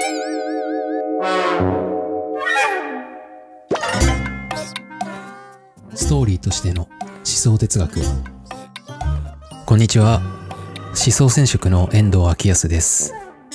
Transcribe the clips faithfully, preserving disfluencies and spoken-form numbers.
ストーリーとしての思想哲学。こんにちは、思想染色の遠藤昭康です。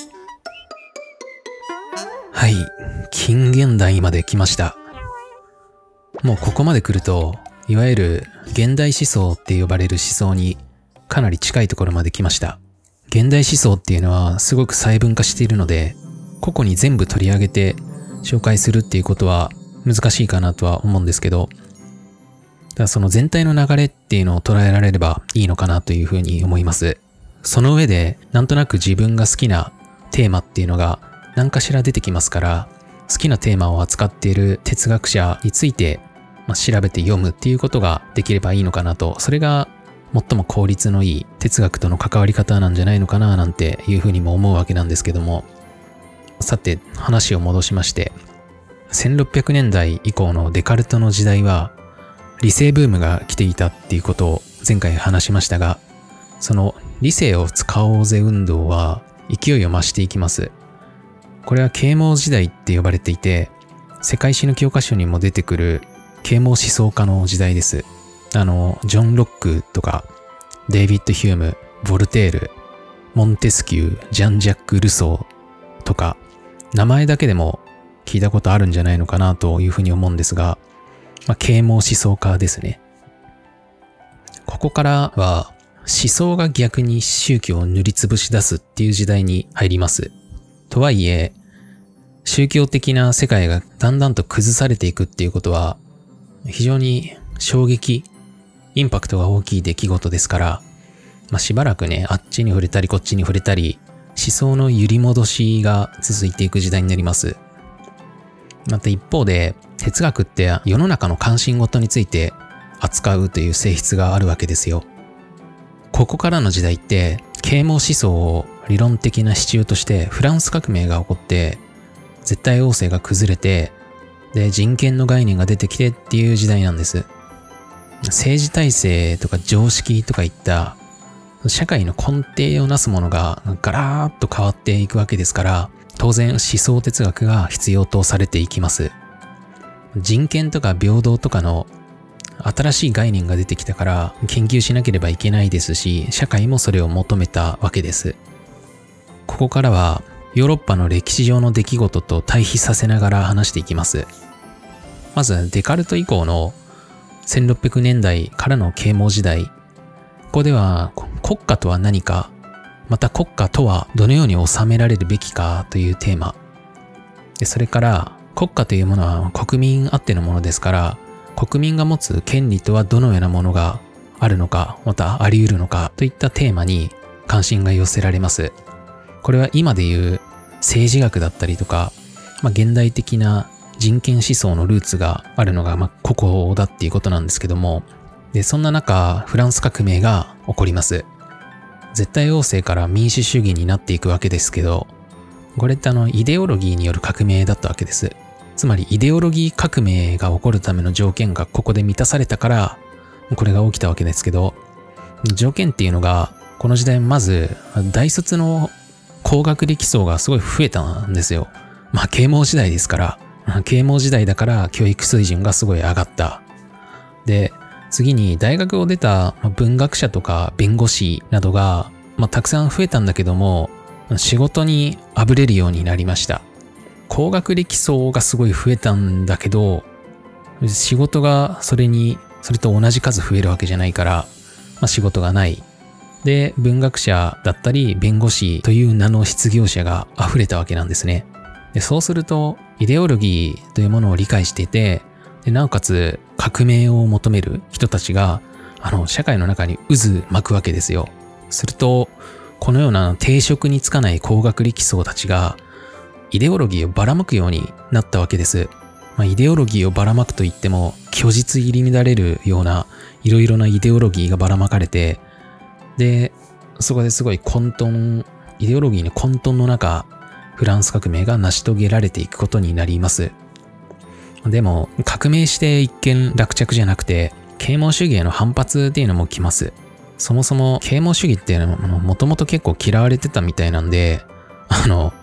はい、近現代まで来ました。もうここまで来ると、いわゆる現代思想って呼ばれる思想にかなり近いところまで来ました。現代思想っていうのはすごく細分化しているので、個々に全部取り上げて紹介するっていうことは難しいかなとは思うんですけど、だからその全体の流れっていうのを捉えられればいいのかなというふうに思います。その上でなんとなく自分が好きなテーマっていうのが何かしら出てきますから、好きなテーマを扱っている哲学者について、まあ、調べて読むっていうことができればいいのかなと、それが最も効率のいい哲学との関わり方なんじゃないのかななんていうふうにも思うわけなんですけども、さて話を戻しまして、せんろっぴゃくねんだい以降のデカルトの時代は理性ブームが来ていたっていうことを前回話しましたが、その理性を使おうぜ運動は勢いを増していきます。これは啓蒙時代って呼ばれていて、世界史の教科書にも出てくる啓蒙思想家の時代です。あの、ジョン・ロックとか、デイビッド・ヒューム、ボルテール、モンテスキュー、ジャン・ジャック・ルソーとか、名前だけでも聞いたことあるんじゃないのかなというふうに思うんですが、まあ、啓蒙思想家ですね。ここからは思想が逆に宗教を塗りつぶし出すっていう時代に入ります。とはいえ、宗教的な世界がだんだんと崩されていくっていうことは非常に衝撃、インパクトが大きい出来事ですから、まあ、しばらくね、あっちに触れたりこっちに触れたり、思想の揺り戻しが続いていく時代になります。また一方で、哲学って世の中の関心事について扱うという性質があるわけですよ。ここからの時代って、啓蒙思想を理論的な支柱としてフランス革命が起こって、絶対王政が崩れて、で、人権の概念が出てきてっていう時代なんです。政治体制とか常識とかいった社会の根底をなすものがガラーッと変わっていくわけですから、当然思想哲学が必要とされていきます。人権とか平等とかの新しい概念が出てきたから研究しなければいけないですし、社会もそれを求めたわけです。ここからはヨーロッパの歴史上の出来事と対比させながら話していきます。まずデカルト以降のせんろっぴゃくねんだいからの啓蒙時代、ここでは国家とは何か、また国家とはどのように治められるべきかというテーマで、それから国家というものは国民あってのものですから、国民が持つ権利とはどのようなものがあるのか、またあり得るのかといったテーマに関心が寄せられます。これは今でいう政治学だったりとか、まあ、現代的な人権思想のルーツがあるのが、まあ、ここだっていうことなんですけども、で、そんな中、フランス革命が起こります。絶対王政から民主主義になっていくわけですけど、これってあの、イデオロギーによる革命だったわけです。つまり、イデオロギー革命が起こるための条件がここで満たされたから、これが起きたわけですけど、条件っていうのが、この時代まず、大卒の高学歴層がすごい増えたんですよ。まあ、啓蒙時代ですから、啓蒙時代だから教育水準がすごい上がった。で、次に大学を出た文学者とか弁護士などが、まあ、たくさん増えたんだけども、仕事にあぶれるようになりました。高学歴層がすごい増えたんだけど、仕事がそれに、それと同じ数増えるわけじゃないから、まあ、仕事がない。で、文学者だったり弁護士という名の失業者が溢れたわけなんですね。で、そうすると、イデオロギーというものを理解していて、でなおかつ革命を求める人たちが、あの、社会の中に渦巻くわけですよ。すると、このような定職につかない高学歴層たちが、イデオロギーをばらまくようになったわけです。まあ、イデオロギーをばらまくといっても、虚実入り乱れるような、いろいろなイデオロギーがばらまかれて、で、そこですごい混沌、イデオロギーの混沌の中、フランス革命が成し遂げられていくことになります。でも、革命して一見落着じゃなくて、啓蒙主義への反発っていうのも来ます。そもそも啓蒙主義っていうのはもともと結構嫌われてたみたいなんで、あの、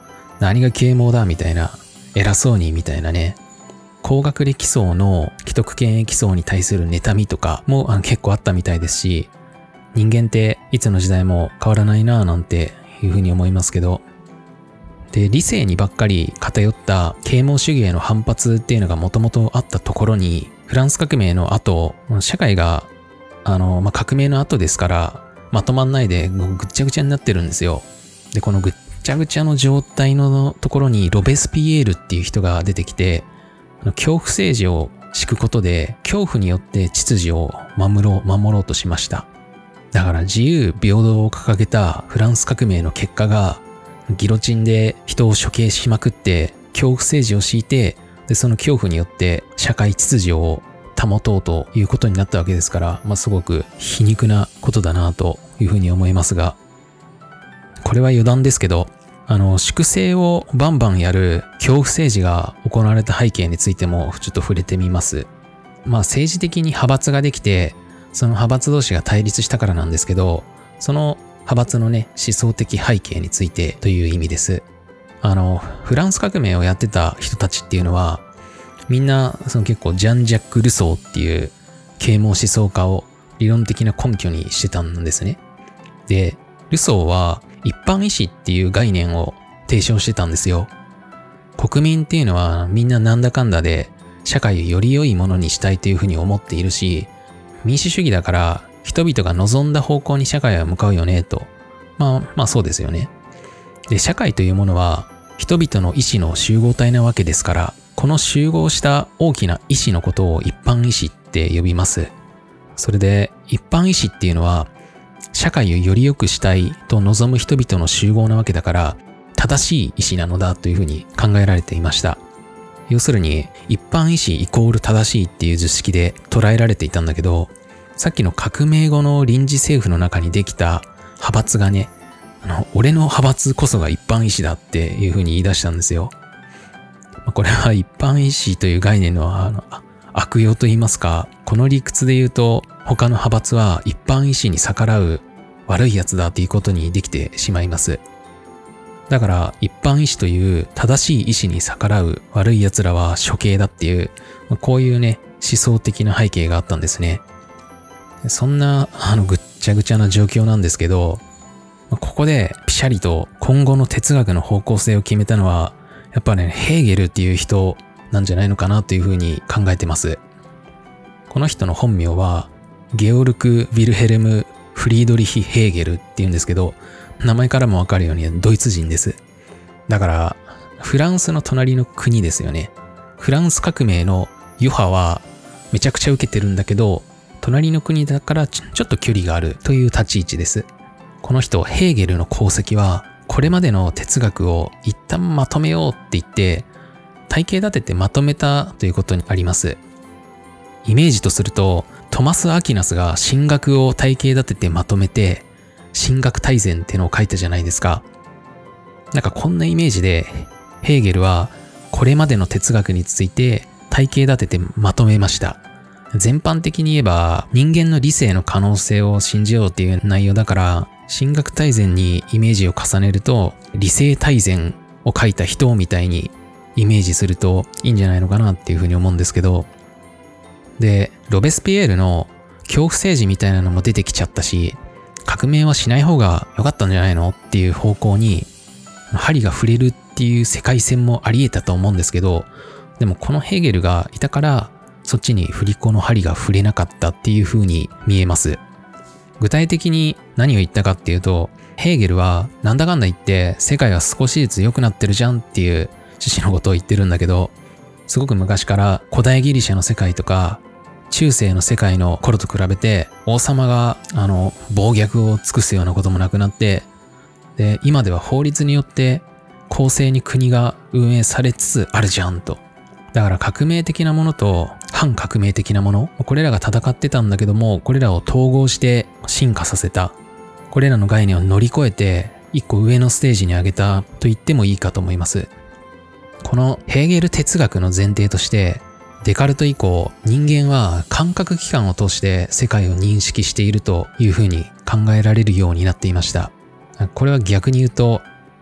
何が啓蒙だみたいな、偉そうにみたいなね、高学歴層の既得権益層に対する妬みとかもあの結構あったみたいですし、人間っていつの時代も変わらないなぁなんていうふうに思いますけど、で、理性にばっかり偏った啓蒙主義への反発っていうのがもともとあったところに、フランス革命の後、社会が、あの、まあ、革命の後ですから、まとまんないでぐっちゃぐちゃになってるんですよ。で、このぐっちゃぐちゃの状態のところにロベスピエールっていう人が出てきて、恐怖政治を敷くことで、恐怖によって秩序を守ろう、守ろうとしました。だから自由平等を掲げたフランス革命の結果が、ギロチンで人を処刑しまくって恐怖政治を敷いて、でその恐怖によって社会秩序を保とうということになったわけですから、まあ、すごく皮肉なことだなというふうに思いますが、これは余談ですけど、あの粛清をバンバンやる恐怖政治が行われた背景についてもちょっと触れてみます。まあ政治的に派閥ができて、その派閥同士が対立したからなんですけど、その派閥のね、思想的背景についてという意味です。あの、フランス革命をやってた人たちっていうのは、みんな、その結構ジャン・ジャック・ルソーっていう啓蒙思想家を理論的な根拠にしてたんですね。で、ルソーは一般意思っていう概念を提唱してたんですよ。国民っていうのはみんななんだかんだで社会をより良いものにしたいというふうに思っているし、民主主義だから人々が望んだ方向に社会は向かうよねと。まあまあそうですよね。で、社会というものは人々の意思の集合体なわけですから、この集合した大きな意思のことを一般意思って呼びます。それで一般意思っていうのは社会をより良くしたいと望む人々の集合なわけだから、正しい意思なのだというふうに考えられていました。要するに一般意思イコール正しいっていう図式で捉えられていたんだけど、さっきの革命後の臨時政府の中にできた派閥がね、あの、俺の派閥こそが一般意思だっていうふうに言い出したんですよ。これは一般意思という概念の、あの悪用と言いますか、この理屈で言うと他の派閥は一般意思に逆らう悪いやつだということにできてしまいます。だから一般意思という正しい意思に逆らう悪い奴らは処刑だっていう、こういうね、思想的な背景があったんですね。そんなあのぐっちゃぐちゃな状況なんですけど、ここでピシャリと今後の哲学の方向性を決めたのはやっぱね、ヘーゲルっていう人なんじゃないのかなというふうに考えてます。この人の本名はゲオルク・ヴィルヘルム・フリードリヒ・ヘーゲルっていうんですけど、名前からもわかるようにドイツ人です。だからフランスの隣の国ですよね。フランス革命の余波はめちゃくちゃ受けてるんだけど、隣の国だからちょっと距離があるという立ち位置です。この人ヘーゲルの功績は、これまでの哲学を一旦まとめようって言って体系立ててまとめたということにあります。イメージとすると、トマス・アキナスが神学を体系立ててまとめて神学大全っていうのを書いたじゃないですか。なんかこんなイメージでヘーゲルはこれまでの哲学について体系立ててまとめました。全般的に言えば人間の理性の可能性を信じようっていう内容だから、神学大全にイメージを重ねると理性大全を書いた人みたいにイメージするといいんじゃないのかなっていうふうに思うんですけど、でロベスピエールの恐怖政治みたいなのも出てきちゃったし、革命はしない方が良かったんじゃないのっていう方向に針が触れるっていう世界線もあり得たと思うんですけど、でもこのヘーゲルがいたからそっちに振り子の針が触れなかったっていう風に見えます。具体的に何を言ったかっていうと、ヘーゲルはなんだかんだ言って世界は少しずつ良くなってるじゃんっていう趣旨のことを言ってるんだけど、すごく昔から古代ギリシャの世界とか中世の世界の頃と比べて王様があの暴虐を尽くすようなこともなくなって、で今では法律によって公正に国が運営されつつあるじゃんと。だから革命的なものと反革命的なもの、これらが戦ってたんだけども、これらを統合して進化させた、これらの概念を乗り越えて一個上のステージに上げたと言ってもいいかと思います。このヘーゲル哲学の前提として、デカルト以降人間は感覚器官を通して世界を認識しているというふうに考えられるようになっていました。これは逆に言うと、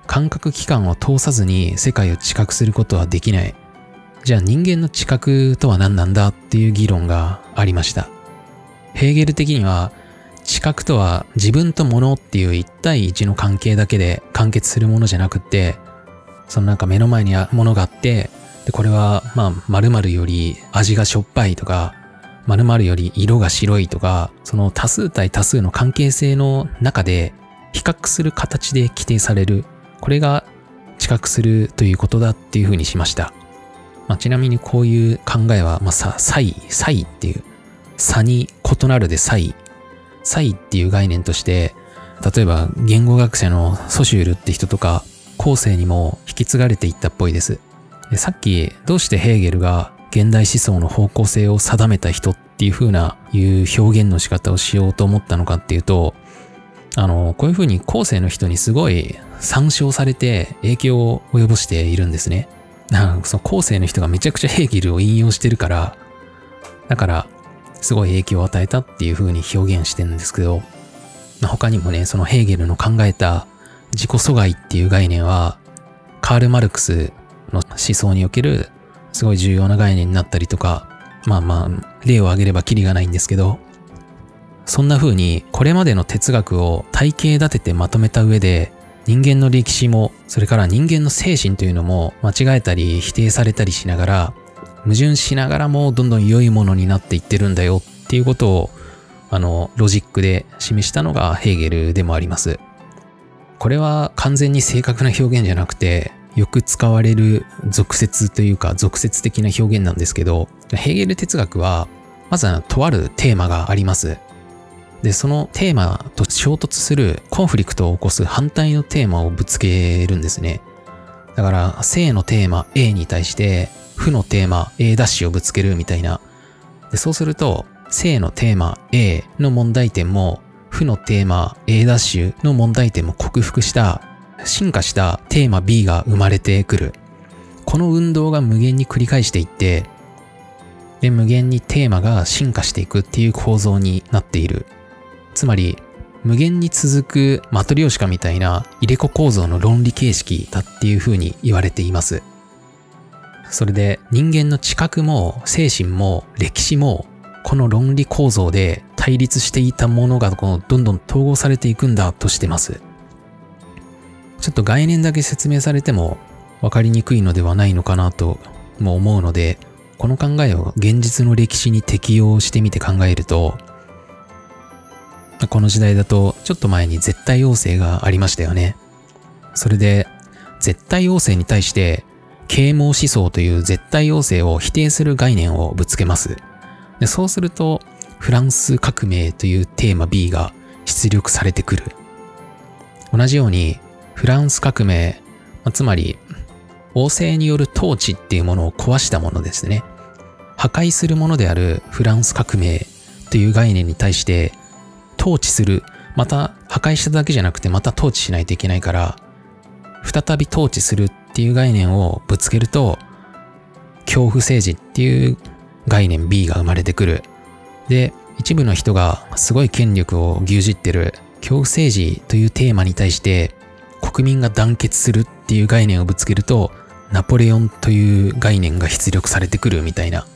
感覚器官を通さずに世界を知覚することはできない。じゃあ人間の知覚とは何なんだっていう議論がありました。ヘーゲル的には、知覚とは自分と物っていう一対一の関係だけで完結するものじゃなくって、そのなんか目の前に物があって、でこれはまあ〇〇より味がしょっぱいとか、〇〇より色が白いとか、その多数対多数の関係性の中で比較する形で規定される。これが知覚するということだっていうふうにしました。まあ、ちなみにこういう考えは、まあ、さ、差異、差異っていう、差に異なるで差異。差異っていう概念として、例えば言語学者のソシュールって人とか、後世にも引き継がれていったっぽいです。で、さっきどうしてヘーゲルが現代思想の方向性を定めた人っていう風ないう表現の仕方をしようと思ったのかっていうと、あの、こういう風に後世の人にすごい参照されて影響を及ぼしているんですね。なんかその後世の人がめちゃくちゃヘーゲルを引用してるから、だからすごい影響を与えたっていう風に表現してるんですけど、他にもね、そのヘーゲルの考えた自己阻害っていう概念は、カール・マルクスの思想におけるすごい重要な概念になったりとか、まあまあ、例を挙げればキリがないんですけど、そんな風にこれまでの哲学を体系立ててまとめた上で、人間の歴史も、それから人間の精神というのも間違えたり否定されたりしながら、矛盾しながらもどんどん良いものになっていってるんだよっていうことを、あの、ロジックで示したのがヘーゲルでもあります。これは完全に正確な表現じゃなくて、よく使われる俗説というか俗説的な表現なんですけど、ヘーゲル哲学は、まずはとあるテーマがあります。で、そのテーマと衝突するコンフリクトを起こす反対のテーマをぶつけるんですね。だから、正のテーマ A に対して、負のテーマ A' をぶつけるみたいな。で、そうすると、正のテーマ A の問題点も、負のテーマ A' の問題点も克服した、進化したテーマ B が生まれてくる。この運動が無限に繰り返していって、で、無限にテーマが進化していくっていう構造になっている。つまり、無限に続くマトリョーシカみたいな入れ子構造の論理形式だっていう風に言われています。それで人間の知覚も精神も歴史もこの論理構造で対立していたものがこのどんどん統合されていくんだとしてます。ちょっと概念だけ説明されても分かりにくいのではないのかなとも思うので、この考えを現実の歴史に適用してみて考えると、この時代だとちょっと前に絶対王政がありましたよね。それで絶対王政に対して啓蒙思想という絶対王政を否定する概念をぶつけます。で、そうするとフランス革命というテーマ B が出力されてくる。同じようにフランス革命、つまり王政による統治っていうものを壊したものですね。破壊するものであるフランス革命という概念に対して統治する。また破壊しただけじゃなくてまた統治しないといけないから、再び統治するっていう概念をぶつけると、恐怖政治っていう概念 B が生まれてくる。で、一部の人がすごい権力を牛耳ってる恐怖政治というテーマに対して国民が団結するっていう概念をぶつけると、ナポレオンという概念が出力されてくるみたいな。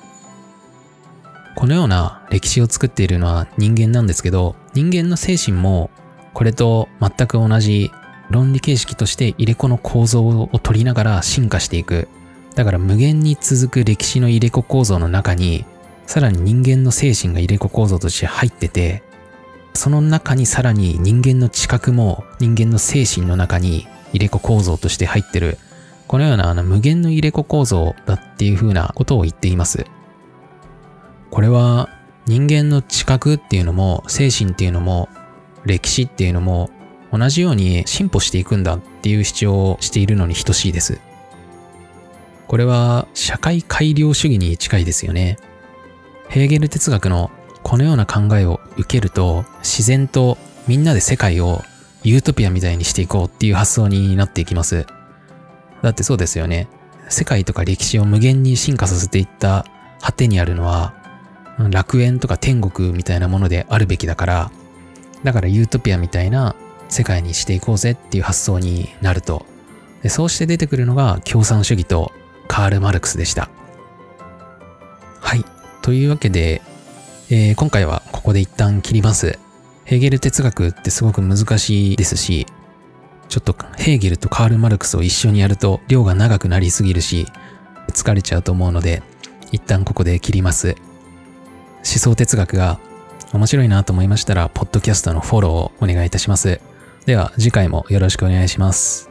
このような歴史を作っているのは人間なんですけど、人間の精神もこれと全く同じ論理形式として入れ子の構造を取りながら進化していく。だから無限に続く歴史の入れ子構造の中に、さらに人間の精神が入れ子構造として入ってて、その中にさらに人間の知覚も人間の精神の中に入れ子構造として入ってる。このようなあの無限の入れ子構造だっていう風なことを言っています。これは人間の知覚っていうのも精神っていうのも歴史っていうのも同じように進歩していくんだっていう主張をしているのに等しいです。これは社会改良主義に近いですよね。ヘーゲル哲学のこのような考えを受けると、自然とみんなで世界をユートピアみたいにしていこうっていう発想になっていきます。だってそうですよね。世界とか歴史を無限に進化させていった果てにあるのは、楽園とか天国みたいなものであるべきだから、だからユートピアみたいな世界にしていこうぜっていう発想になると。でそうして出てくるのが共産主義とカール・マルクスでした。はい。というわけで、えー、今回はここで一旦切ります。ヘーゲル哲学ってすごく難しいですし、ちょっとヘーゲルとカール・マルクスを一緒にやると量が長くなりすぎるし、疲れちゃうと思うので、一旦ここで切ります。思想哲学が面白いなと思いましたら、ポッドキャストのフォローをお願いいたします。では次回もよろしくお願いします。